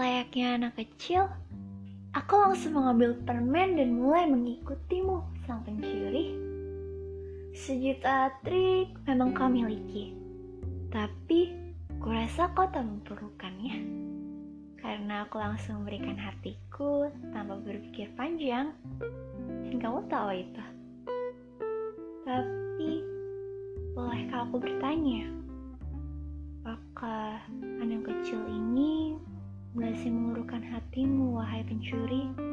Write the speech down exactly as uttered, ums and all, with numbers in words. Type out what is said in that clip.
Layaknya anak kecil, aku langsung mengambil permen dan mulai mengikutimu, sang pencuri. Sejuta trik memang kau miliki, tapi kurasa kau tak memerlukannya. Karena aku langsung memberikan hatiku tanpa berpikir panjang, dan kamu tahu itu. Tapi, bolehkah aku bertanya, apakah anak kecil ini berhasil mengurukan hatimu, wahai pencuri?